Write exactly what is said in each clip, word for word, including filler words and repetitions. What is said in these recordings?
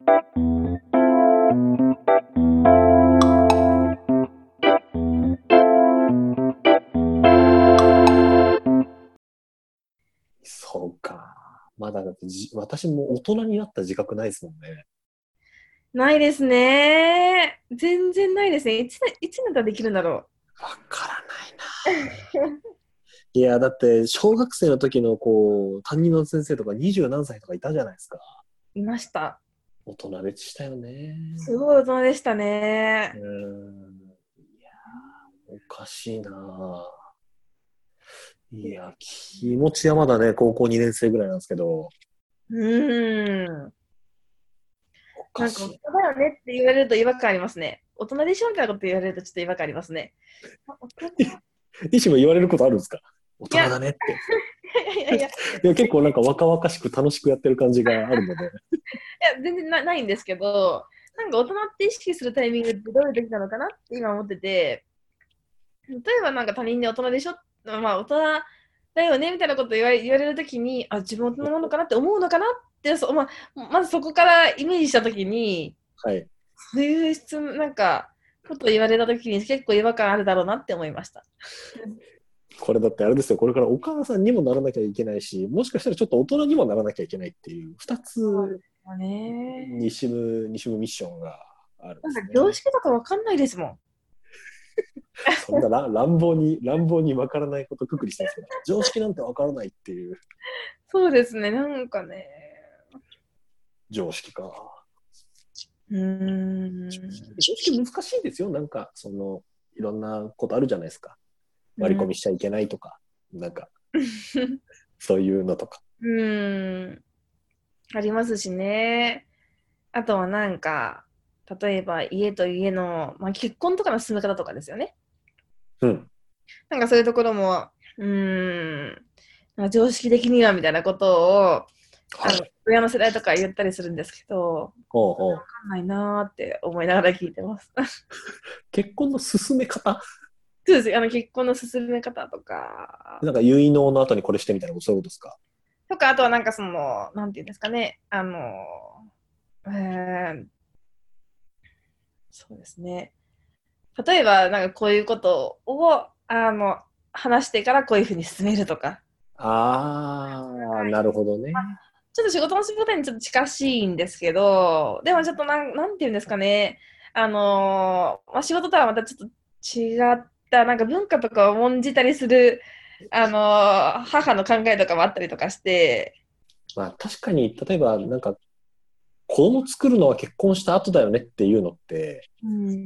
そうか。まだだってじ私も大人になった自覚ないですもんね。 ないですね。全然ないですね。いつ、いつになったらできるんだろわからないな。 う。 いや、だって小学生の時のこう担任の先生とか二十何歳とかいたじゃないですか。 いました。 大人でしたよね。 すごい大人でしたうーね。 ん。いや、おかしいな。いや、気持ちはまだね、高校にねん生ぐらいなんですけど、 うーん。 おかなんか大しい。 人だよねって言われると違和感ありますね。大人でしょみたいなこと言われるとちょっと違和感ありますね。あ、大人。 西も言われることあるんですか？大いや、い人だねって。 やいやいや、いいや、結構なんか若々しく楽しくやってる感じがあるので。 や全然な、ないんですけど、なんか大人って意識するタイミングってどういう時なのかなって今思ってて、例えばなんか他人で大人でしょ、まあ大人だよねみたいなこと言われ、言われるときに、あ、自分大人なのかなって思うのかなって、そ、まあ、まずそこからイメージしたときに、 はい。 そういう質問、なんか、こと言われたときに結構違和感あるだろうなって思いました。 これだってあれですよ、これからお母さんにもならなきゃいけないし、もしかしたらちょっと大人にもならなきゃいけないっていう、二つそうですよね。 西ム、西ムミッションがあるんでなんかすね。 常識とかわかんないですもん。 そんなら乱暴に、乱暴にわからないことくくりしてますけど、常識なんてわからないっていうそうですね、なんかね。 常識か。 うーん。 常識難しいですよ。なんか、その、いろんなことあるじゃないですか。割り込うん。 みしちゃいけないとか、なんか、そういうのとか。 うーん。ありますしね。あとはなんか、例えば家と家の、まあ、結婚とかの進め方とかですよね。 うん。 なんかそういうところも、うーん、なんか常識的にはみたいなことを、あの、 はい。 親の世代とか言ったりするんですけど、わほうほう。 かんないなーって思いながら聞いてます。 結婚の進め方そうです。あの、結婚の進め方とか、 なんか結納の後にこれしてみたいな、そういうことですか？ とか、あとはなんかその、なんていうんですかね、あの、えー、そうですね。例えば、なんかこういうことを、あの、話してからこういうふうに進めるとか。 ああ、なるほどね。 ちょっと仕事の仕事にちょっと近しいんですけど、でもちょっとなん、なんていうんですかね。あのーまあ、仕事とはまたちょっと違った、なんか文化とかを重んじたりする、あのー母の考えとかもあったりとかして、 まあ確かに、例えばなんか子供作るのは結婚した後だよねっていうのって、 うん、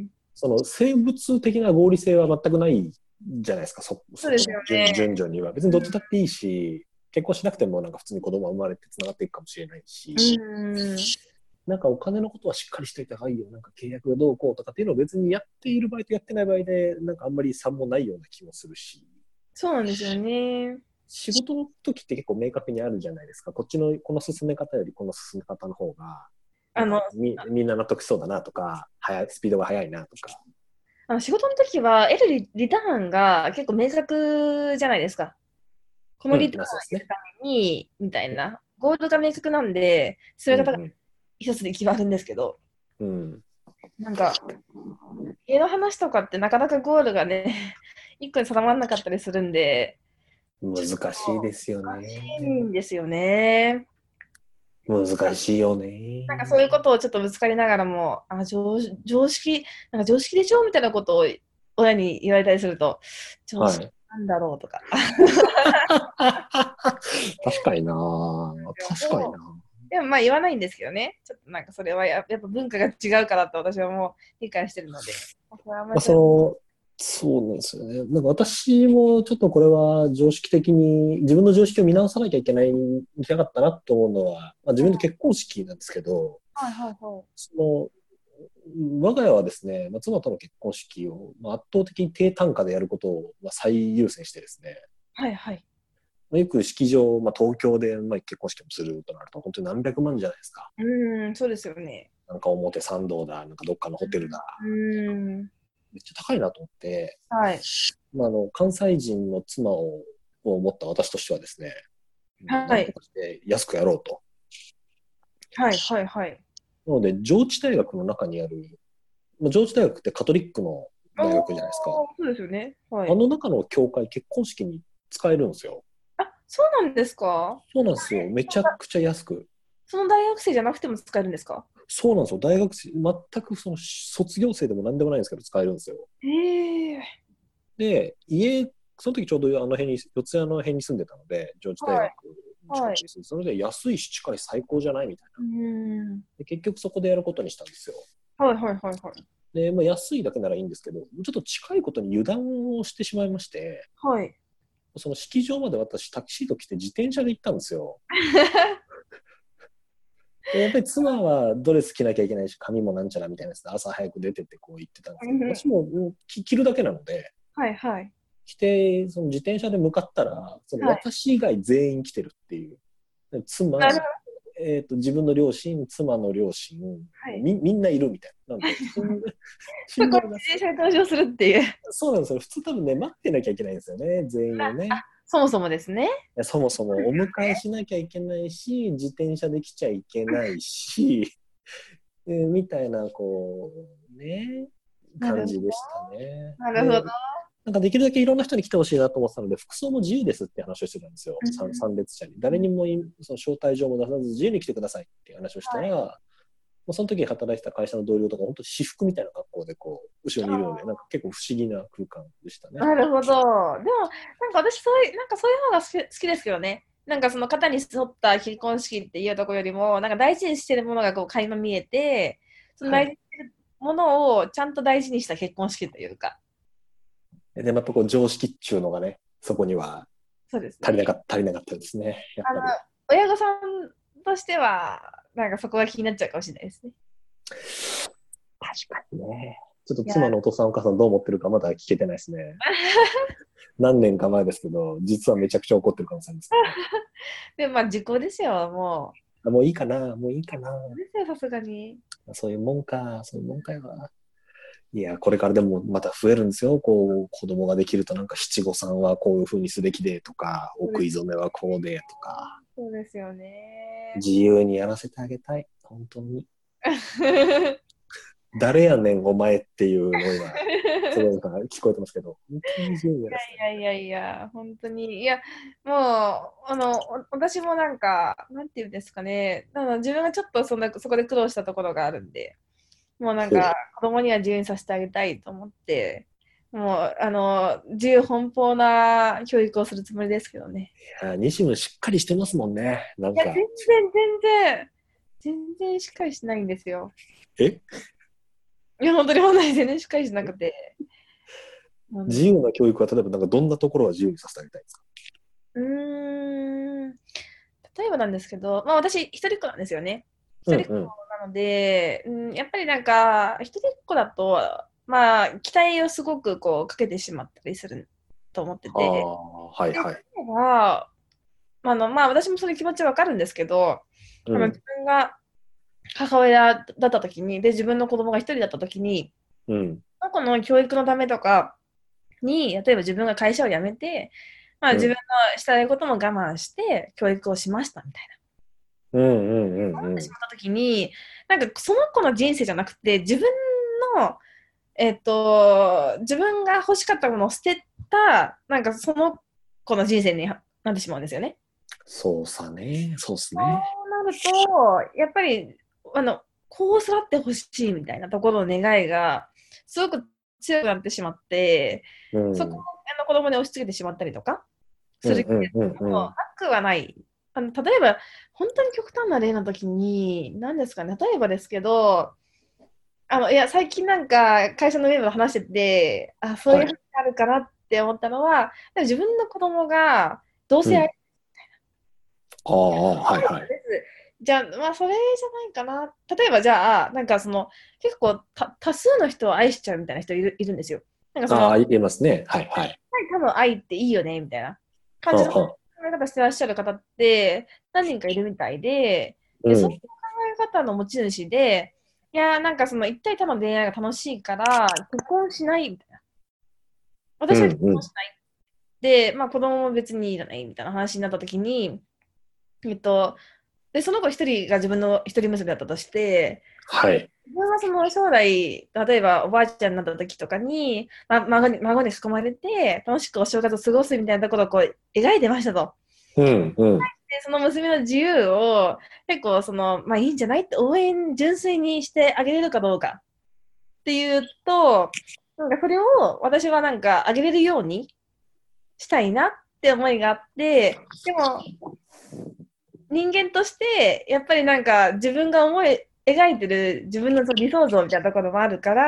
その生物的な合理性は全くないじゃないですか、そ、そこそうですよの順ね。 順序には。別にどっちだっていいし、結婚しなくてもなんか普通に子供が生まれて繋がっていくかもしれないうし、 ん、 なんかお金のことはしっかりしといた方がいいよ。なんか契約がどうこうとかっていうのを別にやっている場合とやってない場合で、なんかあんまり差もないような気もするし、 そうなんですよね。 仕事の時って結構明確にあるじゃないですか。こっちのこの進め方よりこの進め方の方が、なんかあの、 みみんな納得しそうだなとか、早いスピードが速いなとか。 あの仕事の時は得るリ、リターンが結構明確じゃないですか。このうん、 リターンをなそうですね。 得るために、みたいな。ゴールが明確なんで、進め方がうん一つで決まるんですけど、 うん。うん。 なんか、家の話とかってなかなかゴールがね、一個に定まらなかったりするんで、ちょっと難しいですよ難しいね。 んですよね。 難しいよね。 なんかそういうことをちょっとぶつかりながらも、あ、常、常識、なんか常識でしょみたいなことを親に言われたりすると、常識はい。 なんだろうとか。 確かにな。確かにな。 でもまあ言わないんですけどね。ちょっとなんかそれはや、やっぱ文化が違うからと私はもう理解してるので。それはあんままあ、 りそれ、 その、そうなんですよね。なんか私もちょっとこれは常識的に、自分の常識を見直さなきゃいけない、いけなかったなと思うのは、まあ、自分の結婚式なんですけど、 はいはいはい。 その、我が家はですね、まあ、妻との結婚式を、まあ、圧倒的に低単価でやることを、まあ、最優先してですね、 はいはい。 まあ、よく式場、まあ、東京で、まあ、結婚式もするとなると、本当に何百万じゃないですか。 うーん、そうですよね。 なんか表参道だ、なんかどっかのホテルだ、 うーん。 めっちゃ高いなと思って、 はい。 まあ、あの関西人の妻をを持った私としてはですね、 はい。 なんとかして安くやろうと。 はいはいはい。 なので、上智大学の中にある、まあ上智大学ってカトリックの大学じゃないですか。 そうですよね。はい。 あの中の教会、結婚式に使えるんですよ。 あ、そうなんですか？ そうなんですよ。めちゃくちゃ安く。 その大学生じゃなくても使えるんですか？ そうなんですよ。大学生、全くその卒業生でも何でもないんですけど、使えるんですよ。 へえ。 で、家、その時ちょうどあの辺に、四谷の辺に住んでたので、上智大学の近くに住んで、それで安いし近い最高じゃないみたいな。 うん。 で結局そこでやることにしたんですよ。 はいはいはいはい。 で、まあ、安いだけならいいんですけど、ちょっと近いことに油断をしてしまいまして、 はい。 その式場まで私タキシード着て自転車で行ったんですよ。でやっぱり妻はドレス着なきゃいけないし、髪もなんちゃらみたいなやつで朝早く出てってこう行ってたんですけど、私ももう着るだけなので、 はいはい。 着て、その自転車で向かったら、そのはい。 私以外全員来てるっていう。妻、 なるえーと、自分の両親、妻の両親、 はい。 みみんないるみたいな。なんで、信そこ頼がに自転車で登場するっていう。 そうなんですよ。普通多分ね、待ってなきゃいけないんですよね、全員をね。 そもそもですね。 そもそもお迎えしなきゃいけないし、自転車で来ちゃいけないし、えーみたいな、こう、ね、 なるほど。 感じでしたね。 なるほど。 で、なんかできるだけいろんな人に来てほしいなと思ってたので、服装も自由ですって話をしてたんですよ、参参列者に。誰にもその招待状も出さず自由に来てくださいっていう話をしたら、はい、もうその時働いてた会社の同僚とか、本当私服みたいな格好でこう後ろにいるので、なんか結構不思議な空間でしたね。 なるほど。でも、なんか私そういう、なんかそういう方が好き好きですけどね。なんかその肩に沿った結婚式っていうところよりも、なんか大事にしてるものがこう垣間見えて、その大事にしてるものをちゃんと大事にした結婚式というか。 でもやっぱこう常識っていうのがね、そこにはそうですね。 足りなかった、足りなかったですね、やっぱり。 あの、親御さんとしては、なんかそこが気になっちゃうかもしれないですね。 確かにね。ちょっといや、 妻のお父さんお母さんどう思ってるかまだ聞けてないですね。何年か前ですけど、実はめちゃくちゃ怒ってるかもしれないですでもまあ時効ですよ、もけど。もういいかな、もういいかな。 う。ですよ、さすがに。 そういうもんか、そういうもんかよ。いや、これからでもまた増えるんですよ。こう、子供ができるとなんか七五三はこういう風にすべきでとか、お食い初めはこうでとか、 そうですよね。 自由にやらせてあげたい。本当に。誰やねん、お前っていうの今、すごい聞こえてますけど、本当に自由にやらせてあげたい。 いやいやいや、本当に。いや、もう、あの、お私もなんか、なんていうんですかね、あの自分がちょっとそんなそこで苦労したところがあるんで、もうなんか、子供には自由にさせてあげたいと思って、もう、あの、自由奔放な教育をするつもりですけどね。 いや、西村しっかりしてますもんね。なんいや、全か。 然、全然、全然しっかりしないんですよ。 えいや、本当に本当に全然しっかりしなくて。 自由な教育は例えばなんかどんなところは自由にさせてあげたいですか？ うーん、例えばなんですけど、まあ私、一人っ子なんですよね。一人っ子うんうん。 なので、うん、やっぱりなんか、一人っ子だと、まあ、期待をすごくこうかけてしまったりすると思ってあて、 あ、はいで、例はい。 えば、あの、まあ私もそういう気持ちわかるんですけど、あの自うん。 分が母親だった時に、で、自分の子供が一人だった時に、 うん。 その子の教育のためとかに、例えば自分が会社を辞めて、まあ、自分うん。 のしたいことも我慢して教育をしましたみたいうんうんな。 うんうん。 思ってしまった時に、なんかその子の人生じゃなくて、自分の、えっと、自分が欲しかったものを捨てた、なんかその子の人生になってしまうんですよね。 そうさね。そうっすそね。 うなると、やっぱり、あの、こう育ってほしいみたいなところの願いが、すごく強くなってしまって、 うん。 そこをうんあの子供に押し付けてしまったりとかするケーうんうんスもなうん。 くはない。あの例えば、本当に極端な例の時に、何ですかね、例えばですけど、あのいや最近なんか会社のメンバーと話してて、あ、そういう話はい。 あるかなって思ったのは、でも自分の子供が同性愛うん。ああ、はいはい。 です。じゃあ、まあ、それじゃないかな。例えば、じゃあ、なんかその、結構た多数の人を愛しちゃうみたいな人いるいるんですよ。なんかその、 ああ、言えますね。はいはい。 多分愛っていいよね、みたいな感じの考はあはあ。 え方してらっしゃる方って何人かいるみたいで、で、そういううん。 考え方の持ち主で、いや、なんかその一対多の恋愛が楽しいから、結婚しないみたいな。私は結うんうん。 婚しない。で、まあ子供も別にいいじゃないみたいな話になった時に、えっと、 で、その子一人が自分の一人娘だったとして、 はい。 自分はその将来、例えばおばあちゃんになった時とかに、ま、孫に、孫に囲まれて、楽しくお正月を過ごすみたいなところをこう描いてましたと。 うんうん。 で、その娘の自由を結構その、まあいいんじゃないって応援純粋にしてあげれるかどうかっていうと、なんかそれを私はなんかあげれるようにしたいなって思いがあって、でも人間としてやっぱりなんか自分が思い描いてる自分のその理想像みたいなところもあるから、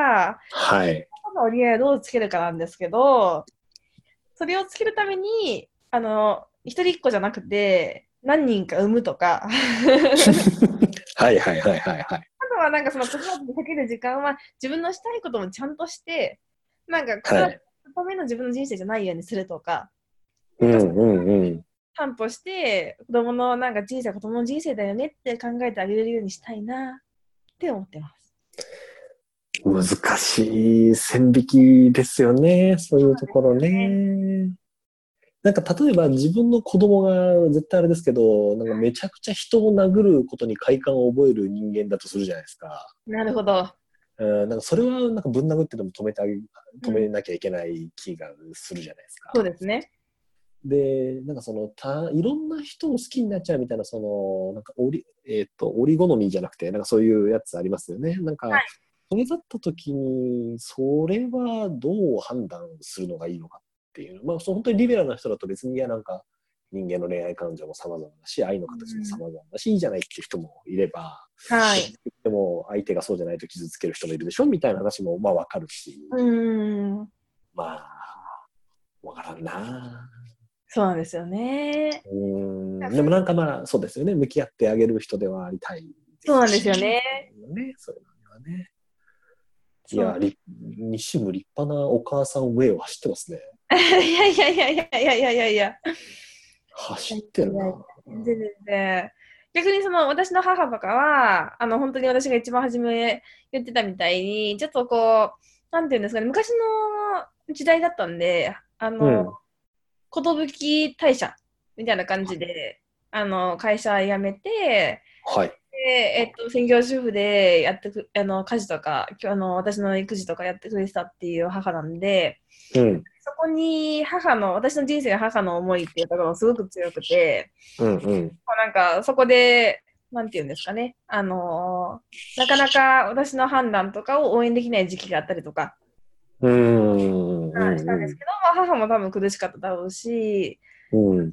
はい。 その折り合いをどうつけるかなんですけど、それをつけるために、あの、一人っ子じゃなくて、何人か産むとか、 はいはいはいはいはい。 あとはなんかその子育てにかける時間は自分のしたいこともちゃんとして、なんか子育てはい。 のための自分の人生じゃないようにするとか、なんかうんうんうん。 担保して子供のなんか人生は子供の人生だよねって考えてあげれるようにしたいなって思ってます。 難しい線引きですよね。そういうところね、 ね。なんか例えば自分の子供が絶対あれですけど、なんかめちゃくちゃ人を殴ることに快感を覚える人間だとするじゃないですか。 なるほど。 うん、なんかそれはなんかぶん殴ってでも止めてあげ、止めうん、 なきゃいけない気がするじゃないですそうか。 ですね。 で、なんかそのた、いろんな人を好きになっちゃうみたいな、その、なんか折り、えっと、折り好みじゃなくて、なんかそういうやつありますよね。なんか、 はい。 それだった時に、それはどう判断するのがいいのかっていう。まあ、そう本当にリベラルな人だと別に、いや、なんか、人間の恋愛感情も様々だし、愛のう形もん、 様々だし、いいじゃないっていう人もいれば、 はい。 でも相手がそうじゃないと傷つける人もいるでしょみたいな話も、まあわかるし、 うん、 まあ、わからんな。 そうなんですよね。 うん、でもなんかまあ、そうですよね。向き合ってあげる人ではありたいでそうなんですし、 すよね。 ね、そういうのにはね。いそう。 や、立西も立派なお母さんウェイを走ってますね。 いやいやいやいやいやいやいやいや。いや走ってるな。 いや全然全然。逆にその私の母とかは、あの本当に私が一番初め言ってたみたいに、ちょっとこう、なんていうんですかね、昔の時代だったんで、あの、 うん。 寿退社みたいな感じで、あの、会社辞めて、 はい。 で、えっと、専業主婦でやってく、あの、家事とか、今日あの、私の育児とかやってくれてたっていう母なんで、 うん。 そこに母の、私の人生が母の思いっていうところがすごく強くて、 うんうん。 なんかそこで、なんていうんですかね、あのーなかなか私の判断とかを応援できない時期があったりとかうん。うしたんんうん。 ですけど、まあ、母も多分苦しかっただろうし、 うん。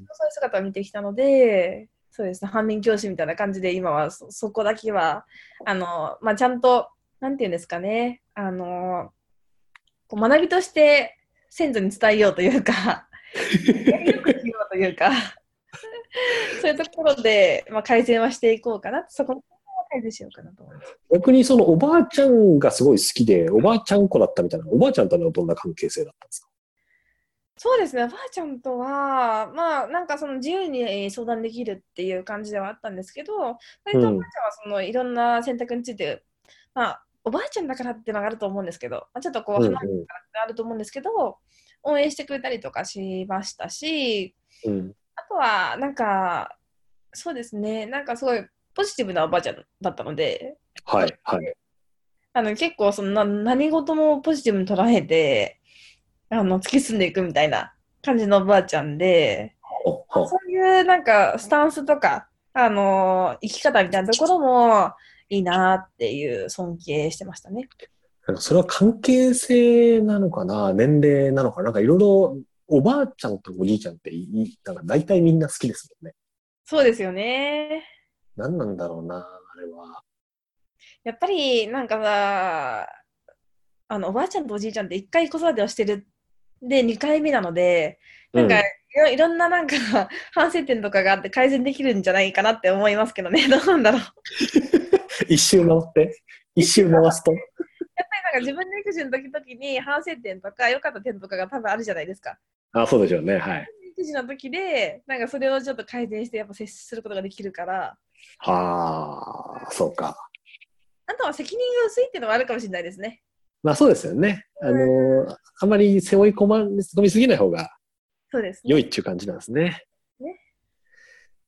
そういう姿を見てきたので、そうですね、反面教師みたいな感じで今はそ、そこだけは、あの、まあ、ちゃんと、なんていうんですかね、あの、こう学びとして先祖に伝えようというか、やりよくしようというか、そういうところで、まあ、改善はしていこうかな、そこの改善しようかなと思います。 逆にそのおばあちゃんがすごい好きで、おばあちゃん子だったみたいな、おばあちゃんとのどんな関係性だったんですか？ そうですね、おばあちゃんとは、まあ、なんかその自由に相談できるっていう感じではあったんですけど、割とおばうん。 あちゃんはそのいろんな選択について、まあ、おばあちゃんだからっていうのがあると思うんですけど、まあ、ちょっとこう、 うん離れてからってあると思うんですけど、応援してくれたりとかしましたし、 うん。 あとは、なんか、そうですね、なんかすごいポジティブなおばあちゃんだったので、 はい、はい。 あの結構そのな何事もポジティブに捉えて、あの突き進んでいくみたいな感じのおばあちゃんで、 ほほそういうなんかスタンスとか、あの生き方みたいなところもいいなっていう尊敬してましたね。 なんかそれは関係性なのかな、年齢なのかな、なんかいろいろおばあちゃんとおじいちゃんっていい、なんか大体みんな好きですもんね。 そうですよね。 何なんだろうな、あれは。 やっぱりなんかさ、あのおばあちゃんとおじいちゃんっていっかい子育てをしてるでにかいめなので、なんかいうん。 ろいろんななんか反省点とかがあって改善できるんじゃないかなって思いますけどね。どうなんだろう。 一周回って、一一瞬周回すと。 やっぱりなんか自分の育児の時々に反省点とか良かった点とかが多分あるじゃないですか。 あ、そうでしょうね。はい。 育児の時でなんかそれをちょっと改善してやっぱ接することができるから、 はあ、そうか。 あとは責任が薄いっていうのはあるかもしれないですね。 まあそうですよね。あうん、 の、あまり背負い込ま、込みすぎない方がそうですね。 良いっていう感じなんですね。 ね、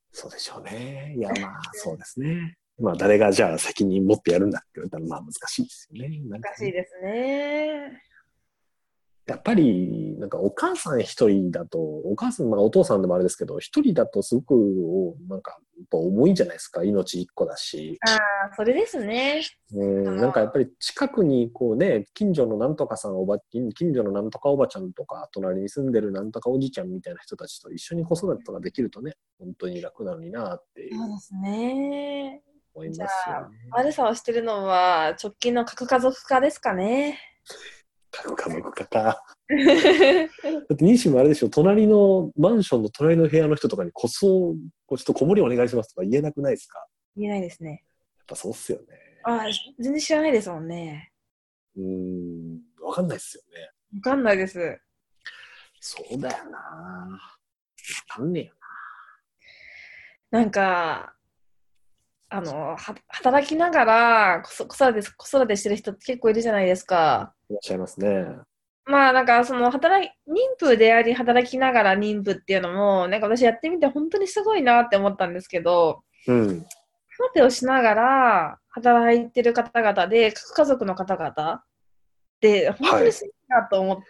そうでしょうね。いや、まあ、そうですね。まあ、誰がじゃあ責任持ってやるんだって言われたら、まあ難しいですよね。なんかね、 難しいですね。 やっぱり、なんかお母さん一人だと、お母さん、まあお父さんでもあれですけど、一人だとすごく、なんか、やっぱ重いんじゃないですか。命一個だし。 ああ、それですね。 うん、なんかやっぱり近くにこうね、近所のなんとかさんおば、近近所のなんとかおばちゃんとか、隣に住んでるなんとかおじちゃんみたいな人たちと一緒に子育てとかできるとね、本当に楽なのになっていうそうですね。 思いじゃますよね。 あ、悪さをしてるのは直近の核家族化ですかね。 各家族かか。だって西もあれでしょ、隣のマンションの隣の部屋の人とかにこそ、こうちょっと子守お願いしますとか言えなくないですか？ 言えないですね。 やっぱそうっすよね。 ああ、全然知らないですもんね。 うーん、わかんないっすよね。 わかんないです。 そうだよな。わかんねえよなんか、あの、は働きながら子子育て、子育てしてる人って結構いるじゃないですか。 いらっしゃいますね。 まあなんかその働い、妊婦であり働きながら妊婦っていうのも、なんか私やってみて本当にすごいなって思ったんですけど、 うん。 子育てをしながら働いてる方々で、各家族の方々って本当はい。 にすごいなと思って、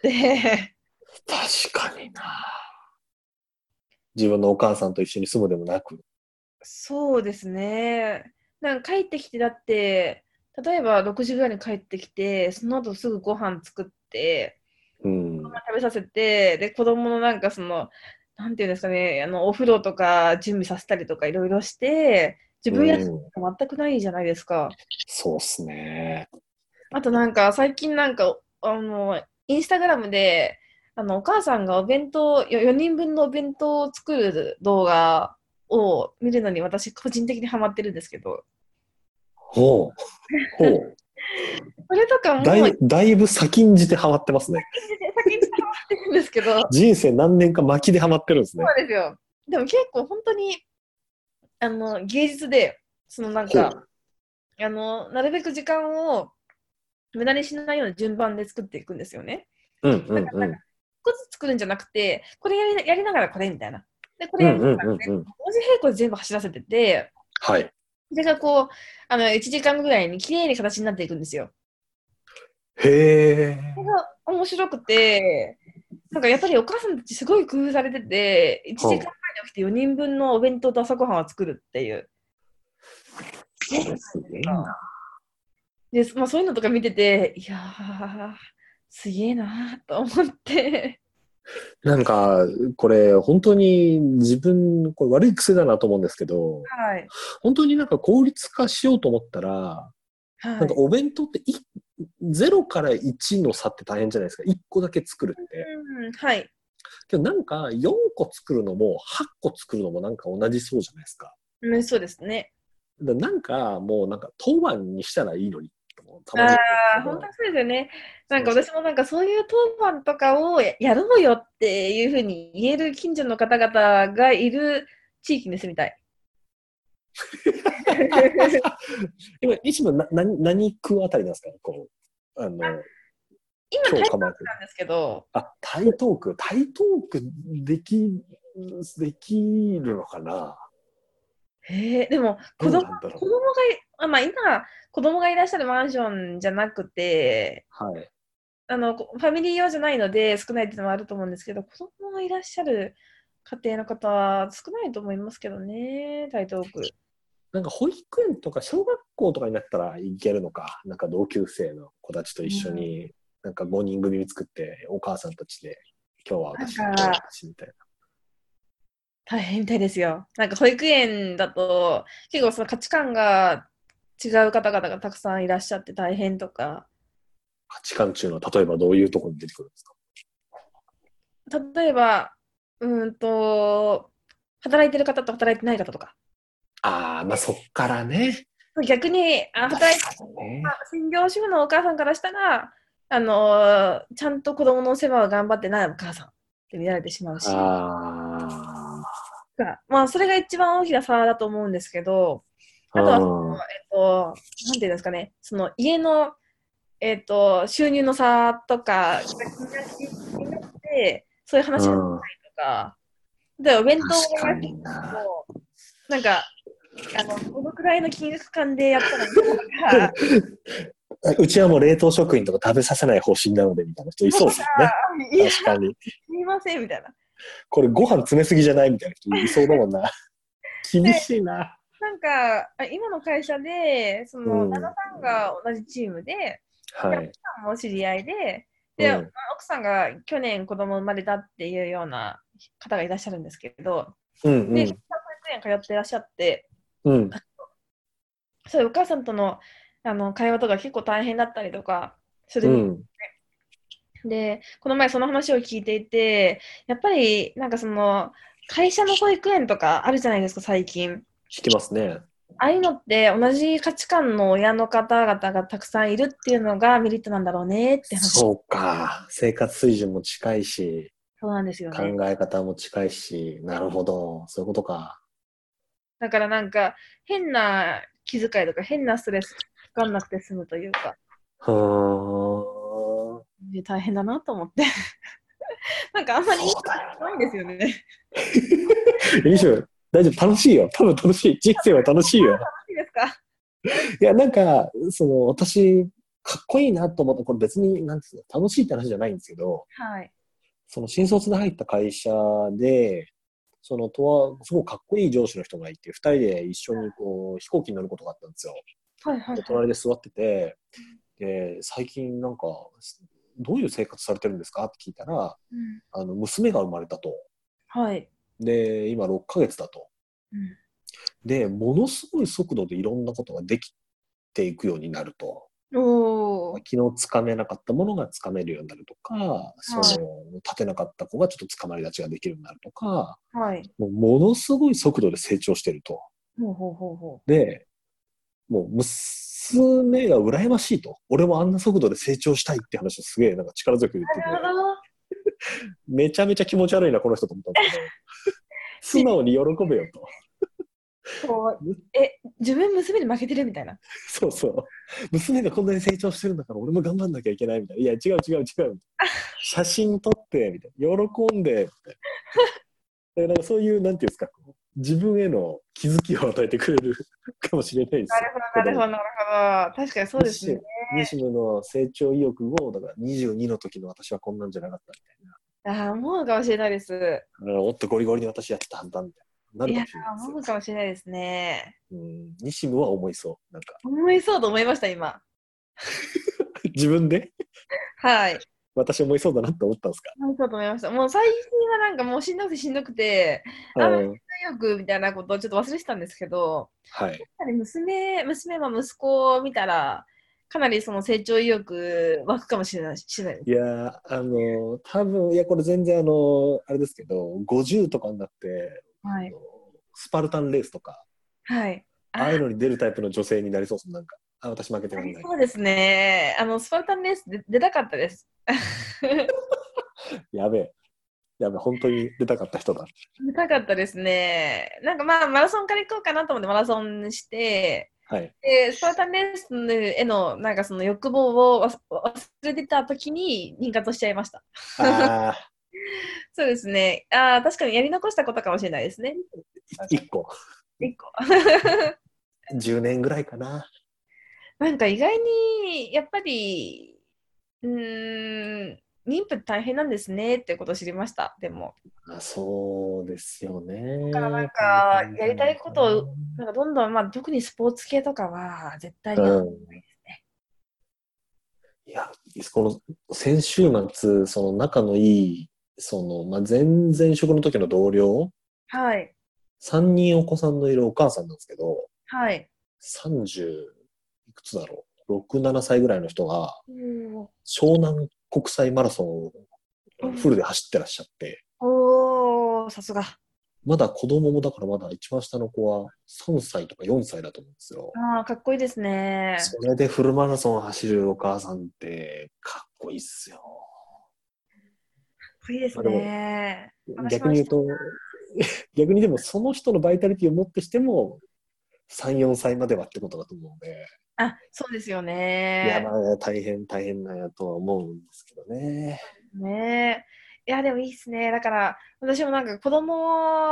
確かにな。自分のお母さんと一緒に住むでもなく。 そうですね。なんか帰ってきて、だって、例えばろくじぐらいに帰ってきて、その後すぐご飯作って、 うん。 食べさせて、で、子供のなんかその、なんていうんですかね、あの、お風呂とか準備させたりとかいろいろして、自う分休ん。 みが全くないじゃないですか。 そうっすね。 あとなんか、最近なんか、あの、インスタグラムで、あの、お母さんがお弁当、よよにんぶんのお弁当を作る動画を見るのに私個人的にハマってるんですけど、 ほう。ほう。 それとかも、 だい、だいぶ先んじてハマってますね。 先にハマってるんですけど、そ人生何年か巻きでハマってるんですね。 うなんですよ。でも結構本当に、あの、芸術で、そのなんか、 ほう。 あの、なるべく時間を無駄にしないような順番で作っていくんですよね。 うんうんうん。 一個ずつ作るんじゃなくて、これやりやりながらこれみたいな。で、これうんうやりながらこれ、 んうんうん。 同時並行で全部走らせてて、 はい。 それがこう、あの、いちじかんぐらいに綺麗に形になっていくんですよ。 へえ。 それが面白くて、なんかやっぱりお母さんたちすごい工夫されてて、1時間はあ、 前に起きてよにんぶんのお弁当と朝ごはんを作るっていう。 それすげえな。 で、まあ、そういうのとか見てて、いやー、すげえなーと思って。 なんか、これ、本当に自分、これ悪い癖だなと思うんですけど、 はい。 本当になんか効率化しようと思ったら、なんかはい。 お弁当っていゼロからいちの差って大変じゃないですか。いっこだけ作るって。 うん、はい。 けどなんかよんこ作るのもはっこ作るのもなんか同じそうじゃないですか。 うん、そうですね。 だからなんかもうなんか当番にしたらいいのにとたまにあ思うんですけあ、本当ど。 にそうですよね。なんそうそう。 か私もなんかそういう当番とかをややろうよっていうふうに言える近所の方々がいる地域に住みたい。 今、一番な何、何区あたりなんですかこう、あの、 今、台東今日構えてる。 区なんですけど、 あ、台東区。台東区でき、できるのかな？ へえ、でもど子供、 うなんだろ子供がい、あ、まあ今、子供がいらっしゃるマンションじゃなくて、 う。はい。 あの、ファミリー用じゃないので少ないっていうのもあると思うんですけど、子供がいらっしゃる家庭の方は少ないと思いますけどね、台東区。 なんか保育園とか小学校とかになったらいけるのか。なんか同級生の子たちと一緒うん、 に、なんかごにん組作って、お母さんたちで、今日はなん私、今日はか、 私みたいな。 大変みたいですよ。なんか保育園だと、結構その価値観が違う方々がたくさんいらっしゃって大変とか、 価値観中の、例えばどういうところに出てくるんですか？ 例えば、うーんと、働いてる方と働いてない方とか、 ああ、まあそっからね。 逆に、あ、働いて、 確かにね。 まあ専業主婦のお母さんからしたら、あのーちゃんと子供のお世話を頑張ってないお母さんって見られてしまうし、 あがまあ、それが一番大きな差だと思うんですけど、 あ、 あとはその、 うん。 えっと、なんていうんですかね、その家の、えっと、収入の差とかが気にな気になって、そういう話がしたうん。 いとか、で、お弁当をお願いする確かにな。 のも、 なんか、あの、このくらいの金額感でやったらいいのか、 うちはもう冷凍食品とか食べさせない方針なのでみたいな人いそうですよね。 いや、 確かに。 すみません、みたいな。 これご飯詰めすぎじゃないみたいな人いそうだもんな。厳しいな。 なんか、あ今の会社で、その、 うん。 旦那さんが同じチームで、で、奥はい。 さんも知り合いで、で、 うん。 奥さんが去年子供生まれたっていうような方がいらっしゃるんですけど、 うんうで、保ん。 育園通ってらっしゃって、 うん。 そういうお母さんとの、あの会話とか結構大変だったりとかするみたいうん。 で、この前その話を聞いていて、やっぱりなんかその会社の保育園とかあるじゃないですか、最近。 聞きますね。 ああいうのって同じ価値観の親の方々がたくさんいるっていうのがメリットなんだろうねって話。 そうか。生活水準も近いし、 そうなんですよ考ね。 え方も近いし、なるほど。そういうことか。 だからなんか変な気遣いとか変なストレスかかんなくて済むというか、 ふーん。 で大変だなと思って。なんかあんまりいいこそうだよとないんですよね。 な。いいしょ。大丈夫。楽しいよ。多分楽しい。人生は楽しいよ。 いいですか？ いや、なんか、その、私、かっこいいなと思った、これ別に、なんつうの、楽しいって話じゃないんですけど、 はい。 その新卒で入った会社で、その、とは、すごくかっこいい上司の人がいて、二人で一緒にこう、飛行機に乗ることがあったんですよ。で、 はいはいはい。 隣で座ってて、で、最近なんか、どういう生活されてるんですかって聞いたら、 うん、 あの、娘が生まれたと。 はい。 で、今ろっかげつだと。 うん、 で、ものすごい速度でいろんなことができていくようになると。 おー。 昨日つかめなかったものがつかめるようになるとか、そはい。 の、立てなかった子がちょっとつかまり立ちができるようになるとか、 はい。 もうものすごい速度で成長してると。 ほうほうほうほで、もう娘が羨ましいと。俺もあんな速度で成長したいって話をすげえなんか力強く言ってう。なるて、 ほど。 めちゃめちゃ気持ち悪いな、この人と思ったんですけど、素直に喜べよと。 こう、え、自分娘に負けてるみたいな。 そうそう。娘がこんなに成長してるんだから俺も頑張んなきゃいけないみたいな。いや、違う違う違う。写真撮って、みたいな。喜んで、みたいな。なんかそういう、なんていうんですか、こう自分への気づきを与えてくれるかもしれないですよ。 なるほど、な子供。 るほど、なるほど。確かにそうですね。 西西ムの成長意欲を、だからにじゅうにの時の私はこんなんじゃなかったみああ、思うかもしれないです。 たいな。もっとゴリゴリに私やってたはずだみたいな。なるいやかもしれないでー、 すよ。 思うかもしれないですね。 うん。西ムは思いそう。なんか、 思いそうと思いました、今。 自分ではい。 私思いそうだなって思ったんですか？ 思いそうと思いました。もう最近はなんかもうしんどくてしんどくて、あんまりうん。 よくみたいなことをちょっと忘れてたんですけど、 はい。 やっぱり娘、娘は息子を見たら、かなりその成長意欲湧くかもしれないしれないです。 いやー、あのー多分、いや、これ全然あのーあれですけど、ごじゅうとかになって、 はい。 あのスパルタンレースとか、 はい。あ、 ああいうのに出るタイプの女性になりそうです。なんか、あ、私負けてあらんない。 りそうですね。あの、スパルタンレースで出たかったです。 やべえ、やべえ、本当に出たかった人だ。 出たかったですね。なんかまあ、マラソンから行こうかなと思ってマラソンして、 はい。 で、スパルタンレースへのなんかその欲望を忘忘れてた時に妊活しちゃいました。 ああ、 そうですね。ああ、確かにやり残したことかもしれないですね。 いっこ。 一個。 じゅうねんぐらいかな。 なんか意外に、やっぱり、うーん、妊婦大変なんですねってことを知りました。でも。 あ、そうですよね。 だからなん大か、 変じやりたいゃないかことを、なんかどんどん、まあ、特にスポーツ系とかは、絶対な。 にやった方うん。 がいいですね。 いや、この先週末、その仲のいい、その、まあ、前々職の時の同僚、 はい。 さんにんお子さんのいるお母さんなんですけど、 はい。 さんじゅういくつだろう、ろく、ななさいぐらいの人が、 おー湘南国際マラソンをおーフルで走ってらっしゃって、 おー、さすが。 まだ子供もだからまだ一番下の子はさんさいとかよんさいだと思うんですよ。 ああ、かっこいいですね。 それでフルマラソン走るお母さんってかっこいいっすよ。 かっこいいですまあでもね。私もした。 逆に言うと、逆にでもその人のバイタリティをもってしてもさん、よんさいまではってことだと思うので、 あ、そうですよいやまね。 あ大変大変なんやとは思うんですけどね。 ねえ。いや、でもいいっすね。だから、私もなんか子供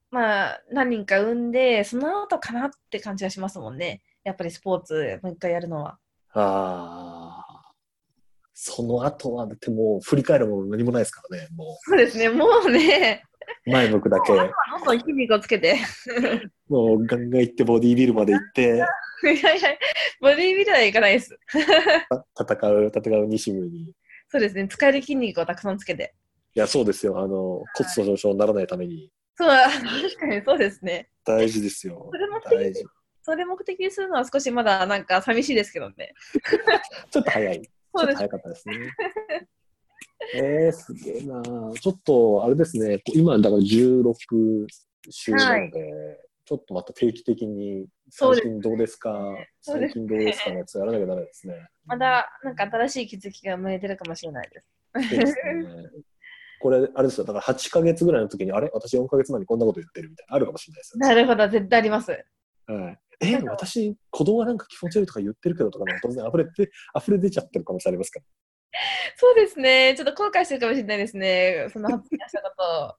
まあ、何人か産んで、その後かなって感じがしますもんね。やっぱりスポーツ、もう一回やるのは。 ああ、その後は、だってもう振り返るもの何もないですからね、もそうですね、もうね、 う前向くだけ、 どんどん筋肉をつけて。 もうガンガン行ってボディービルまで行って、 いやいや、ボディビルはいかないです。 戦う、戦う西村に。いそうですね、使える筋肉をたくさんつけて。 や、そうですよ。あの、骨粗しょう症にならないためにそう、確かにそうですね。 大事ですよ。 それ目的大事。 それ目的にするのは少しまだなんか寂しいですけどね。 ちょっと早い。ちょっと早かったですね。えー、すげえな。ちょっと、あれですね。今、だからじゅうろく週なので、はい、ちょっとまた定期的に、最近どうですか、 そうですね、 最近どうですかのやつやらなきゃダメですね。 まだ、なんか新しい気づきが生まれてるかもしれないです。 そうですね。これ、あれですよ。だからはちかげつぐらいの時に、あれ私よんかげつまえにこんなこと言ってるみたいな、あるかもしれないですよね。 なるほど、絶対あります。 はい。え、私、子供はなんか気持ち悪いとか言ってるけどとか、突然溢れて、溢れ出ちゃってる可能性ありますから。 そうですね。ちょっと後悔してるかもしれないですね。その発言したこと。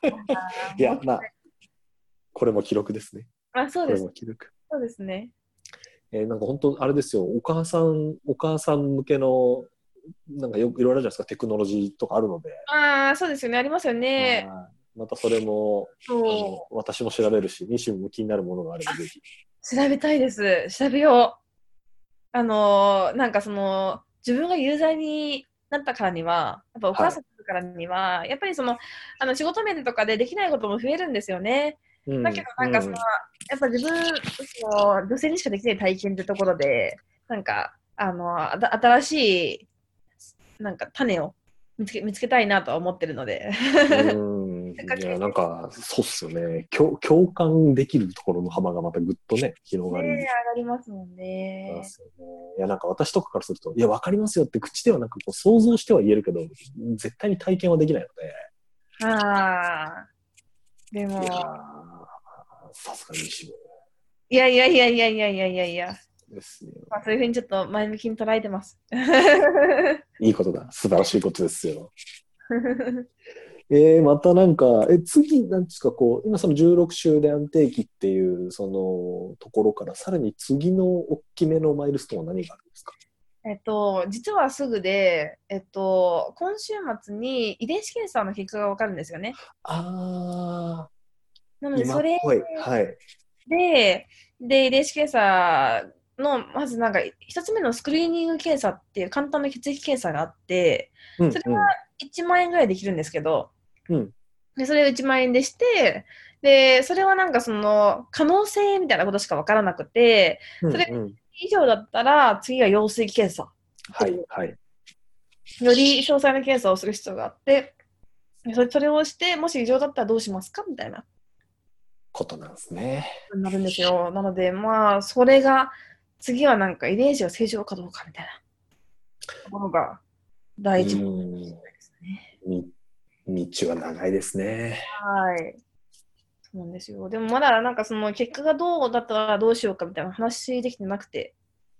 いや、まあ、これも記録ですね。 あ、そうです。 これも記録。 そうですね。 えー、なんか本当、あれですよ、お母さん、お母さん向けの、なんかよいろいろあるじゃないですか、テクノロジーとかあるので。 ああ、そうですよね。ありますよね。 またそれも、あのそ私も調べるし、西も気になるものがあればぜひ。 う。調べたいです。調べよう。あのー、なんかその、自分が有罪になったからには、やっぱお母さんからには、はい、やっぱりその、あの仕事面とかでできないことも増えるんですよね。うん、だけど、なんかその、うん、やっぱ自分、その女性にしかできない体験ってところで、なんか、あの、あ新しい、なんか種を見つけ、見つけたいなとは思ってるので。 うんいや、なんか、そうっすよね。共共感できるところの幅がまたぐっとね、広がり。 ね、上がりますもんね。 ますよね。いや、なんか私とかからすると、いや、わかりますよって口ではなんかこう想像しては言えるけど、絶対に体験はできないので。ああ。でも。 いやさすがに西村。 いやいやいやいやいやいやいやいや。 ですね。 まあ、そういうふうにちょっと前向きに捉えてます。 いいことだ。素晴らしいことですよ。えー、またなんか、え、次、なんですか、こう、今そのじゅうろく週で安定期っていう、そのところから、さらに次の大きめのマイルストーンは何があるんですか？ えっと、実はすぐで、えっと、今週末に遺伝子検査の結果が分かるんですよね。 ああ、 なので、それ、 はい。 で、で、遺伝子検査の、まずなんか、一つ目のスクリーニング検査っていう簡単な血液検査があって、 うん、 それはいちまん円ぐらいできるんですけど、 うん、 でそれをいちまん円でして、で、それはなんかその、可能性みたいなことしか分からなくて、それ以上だったら、次は羊水検査。 はい、はい。 より詳細な検査をする必要があって、それそれをして、もし異常だったらどうしますかみたいなことなんですね。 なるんですよ。なので、まあ、それが、次はなんか遺伝子が正常かどうかみたいなところが第一問ですね。 道は長いですね。 はい。そうなんですよ。でもまだなんかその結果がどうだったらどうしようかみたいな話できてなくて。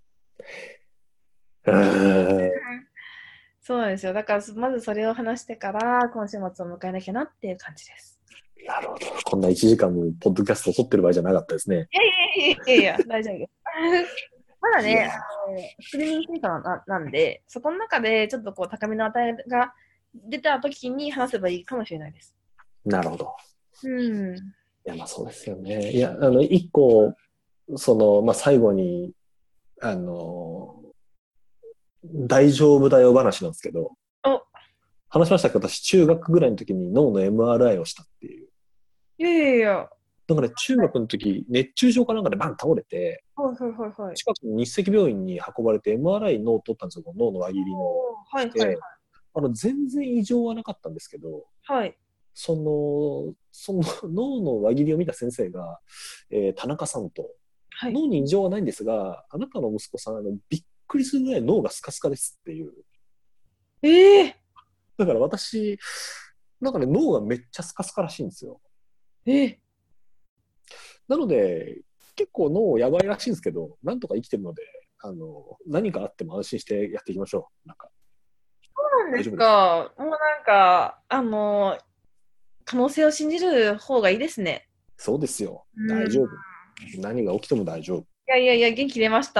そうなんですよ。だからまずそれを話してから今週末を迎えなきゃなっていう感じです。 なるほど。こんないちじかんもポッドキャストを撮ってる場合じゃなかったですね。 いやいやいやいや、大丈夫です。まだね、あのスクリーニング検査ななんで、そこの中でちょっとこう高めの値が出たときに話せばいいかもしれないです。 なるほど。 うん。いや、まあそうですよね。いや、あの、一個、その、まあ最後に、あの、大丈夫だよ話なんですけど、話しましたけど、私中学ぐらいの時に脳の エムアールアイ をしたっていう。 いやいやいや。 だから中学の時、熱中症かなんかでバン倒れて、 はいはいはいはい。 近くの日赤病院に運ばれて エムアールアイ 脳を取ったんですよ、脳の輪切りの。 はいはいはい。 あの全然異常はなかったんですけど、 はい。 その、その脳の輪切りを見た先生が、えー、田中さんと、はい、脳に異常はないんですが、あなたの息子さん、あのびっくりするぐらい脳がスカスカですっていう。 ええー、 だから私、なんかね、脳がめっちゃスカスカらしいんですよ。 えー、 なので、結構脳やばいらしいんですけど、なんとか生きてるので、あの、何かあっても安心してやっていきましょう。なんか。 そうなんですか。もうなんか、あの、 可能性を信じる方がいいですね。 そうですよ。 うん大丈夫。何が起きても大丈夫。 いやいやいや、元気出ました。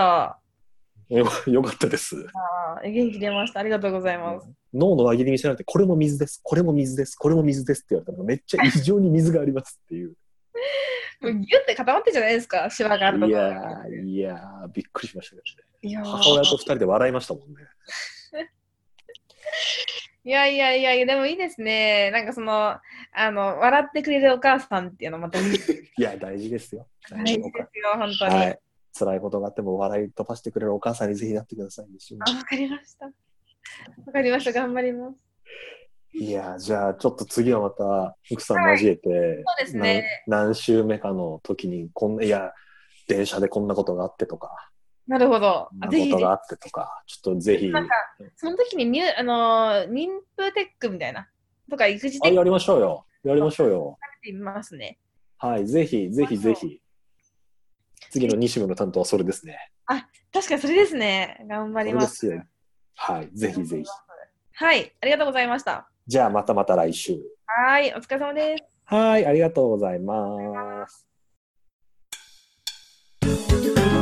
よよかったです。 あー元気出ました。ありがとうございます。 脳の輪切りにしられて、これも水です、これも水です、これも水ですって言われたら、めっちゃ異常に水がありますっていう。 もうギュッて固まってるじゃないですか、シワがあるところ。 いやー、いやー、びっくりしましたけどね。 いやー母親と二人で笑いましたもんね。 いやいやいやいや、でもいいですね。なんかその、あの、笑ってくれるお母さんっていうのまたいい。 いや、大事ですよ。 大事ですよ、本当に。 はい。辛いことがあっても笑い飛ばしてくれるお母さんにぜひなってください。 あ、わかりました。わかりました、頑張ります。 いや、じゃあちょっと次はまた福さん交えて、はい、 そうですね、 何, 何週目かの時にこんないや電車でこんなことがあってとか、 なるほど。 こんなことがあってとか、ちょっとぜひ。 なんかその時にニュあの妊婦テックみたいなとか育児テック。 あ、やりましょうよ。やりましょうよ。 みますね。 はい、ぜひぜひぜひ。次の西村の担当はそれですね。 あ、確かにそれですね。頑張ります。 はい、ぜひぜひ。 はい、ありがとうございました。 じゃあまたまた来週。 はい、お疲れ様です。 はい、ありがとうございます。